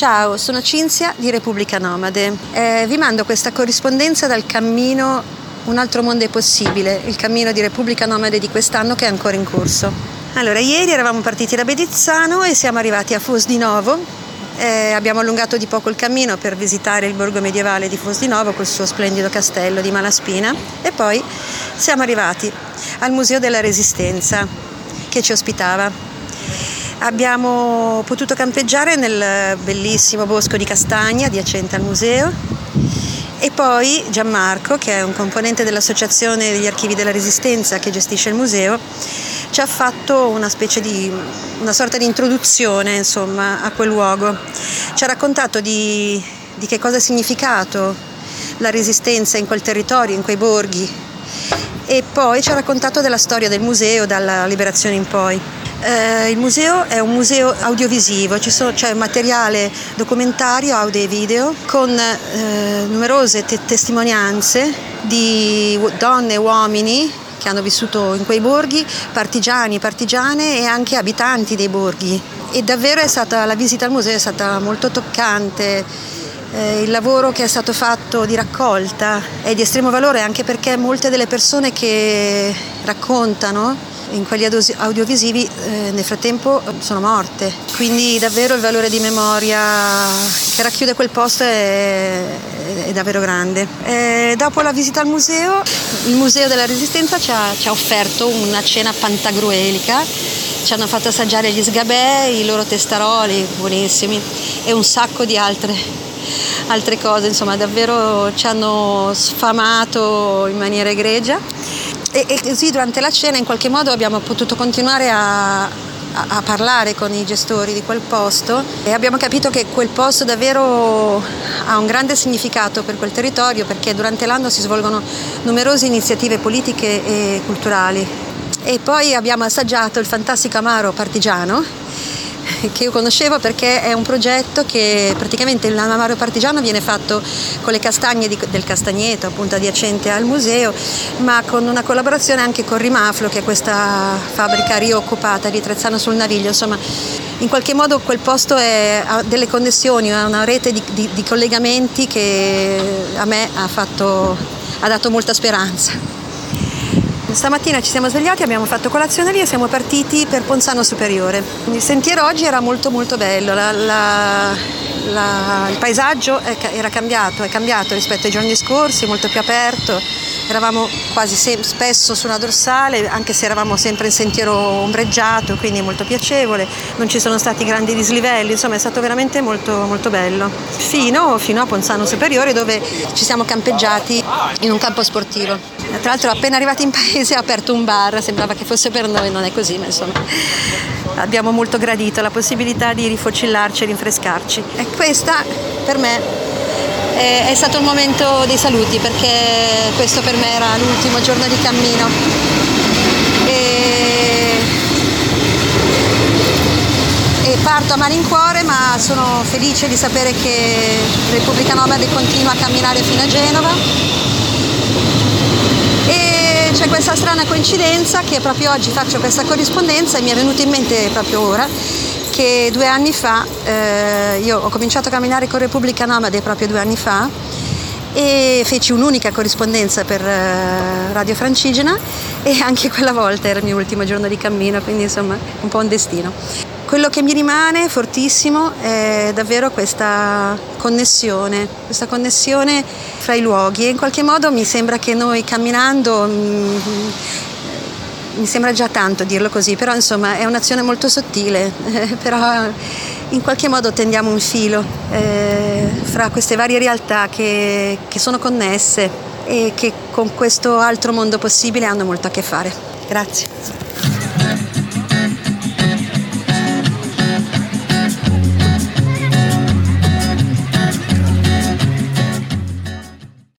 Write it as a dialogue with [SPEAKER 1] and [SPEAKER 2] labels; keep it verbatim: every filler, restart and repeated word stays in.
[SPEAKER 1] Ciao, sono Cinzia di Repubblica Nomade. Eh, vi mando questa corrispondenza dal cammino Un altro mondo è possibile, il cammino di Repubblica Nomade di quest'anno che è ancora in corso. Allora, ieri eravamo partiti da Bedizzano e siamo arrivati a Fos di Novo. Eh, abbiamo allungato di poco il cammino per visitare il borgo medievale di Fos di Novo col suo splendido castello di Malaspina e poi siamo arrivati al Museo della Resistenza che ci ospitava. Abbiamo potuto campeggiare nel bellissimo bosco di castagne adiacente al museo e poi Gianmarco, che è un componente dell'Associazione degli Archivi della Resistenza che gestisce il museo, ci ha fatto una specie di una sorta di introduzione, insomma, a quel luogo. Ci ha raccontato di, di che cosa ha significato la resistenza in quel territorio, in quei borghi, e poi ci ha raccontato della storia del museo dalla liberazione in poi. Eh, il museo è un museo audiovisivo, ci sono, c'è materiale documentario, audio e video con eh, numerose te- testimonianze di donne e uomini che hanno vissuto in quei borghi, partigiani, partigiane e anche abitanti dei borghi. E davvero è stata, la visita al museo è stata molto toccante. Eh, il lavoro che è stato fatto di raccolta è di estremo valore anche perché molte delle persone che raccontano in quegli audiovisivi eh, nel frattempo sono morte, quindi davvero il valore di memoria che racchiude quel posto è, è davvero grande. E dopo la visita al museo, il Museo della Resistenza ci ha, ci ha offerto una cena pantagruelica, ci hanno fatto assaggiare gli sgabè, i loro testaroli buonissimi e un sacco di altre, altre cose, insomma davvero ci hanno sfamato in maniera egregia. E, e così durante la cena in qualche modo abbiamo potuto continuare a, a, a parlare con i gestori di quel posto e abbiamo capito che quel posto davvero ha un grande significato per quel territorio perché durante l'anno si svolgono numerose iniziative politiche e culturali. E poi abbiamo assaggiato il fantastico amaro partigiano che io conoscevo perché è un progetto che praticamente l'amaro partigiano viene fatto con le castagne di, del castagneto appunto adiacente al museo, ma con una collaborazione anche con Rimaflo, che è questa fabbrica rioccupata di Trezzano sul Naviglio. Insomma, in qualche modo quel posto è, ha delle connessioni, ha una rete di, di, di collegamenti che a me ha, fatto, ha dato molta speranza. Stamattina ci siamo svegliati, abbiamo fatto colazione lì e siamo partiti per Ponzano Superiore. Il sentiero oggi era molto molto bello, la, la, la, il paesaggio era cambiato, è cambiato rispetto ai giorni scorsi, molto più aperto, eravamo quasi se, spesso su una dorsale, anche se eravamo sempre in sentiero ombreggiato, quindi molto piacevole, non ci sono stati grandi dislivelli, insomma è stato veramente molto molto bello. Fino, fino a Ponzano Superiore dove ci siamo campeggiati in un campo sportivo. Tra l'altro appena arrivati in paese ha aperto un bar, sembrava che fosse per noi, non è così, ma insomma abbiamo molto gradito la possibilità di rifocillarci e rinfrescarci. E questa per me è, è stato il momento dei saluti perché questo per me era l'ultimo giorno di cammino. E, e parto a malincuore, ma sono felice di sapere che Repubblica Nomade continua a camminare fino a Genova. E c'è questa strana coincidenza che proprio oggi faccio questa corrispondenza e mi è venuto in mente proprio ora che due anni fa, eh, io ho cominciato a camminare con Repubblica Nomade proprio due anni fa e feci un'unica corrispondenza per eh, Radio Francigena e anche quella volta era il mio ultimo giorno di cammino, quindi insomma un po' un destino. Quello che mi rimane fortissimo è davvero questa connessione, questa connessione fra i luoghi e in qualche modo mi sembra che noi camminando, mm, mi sembra già tanto dirlo così, però insomma è un'azione molto sottile, eh, però in qualche modo tendiamo un filo eh, fra queste varie realtà che, che sono connesse e che con questo altro mondo possibile hanno molto a che fare. Grazie.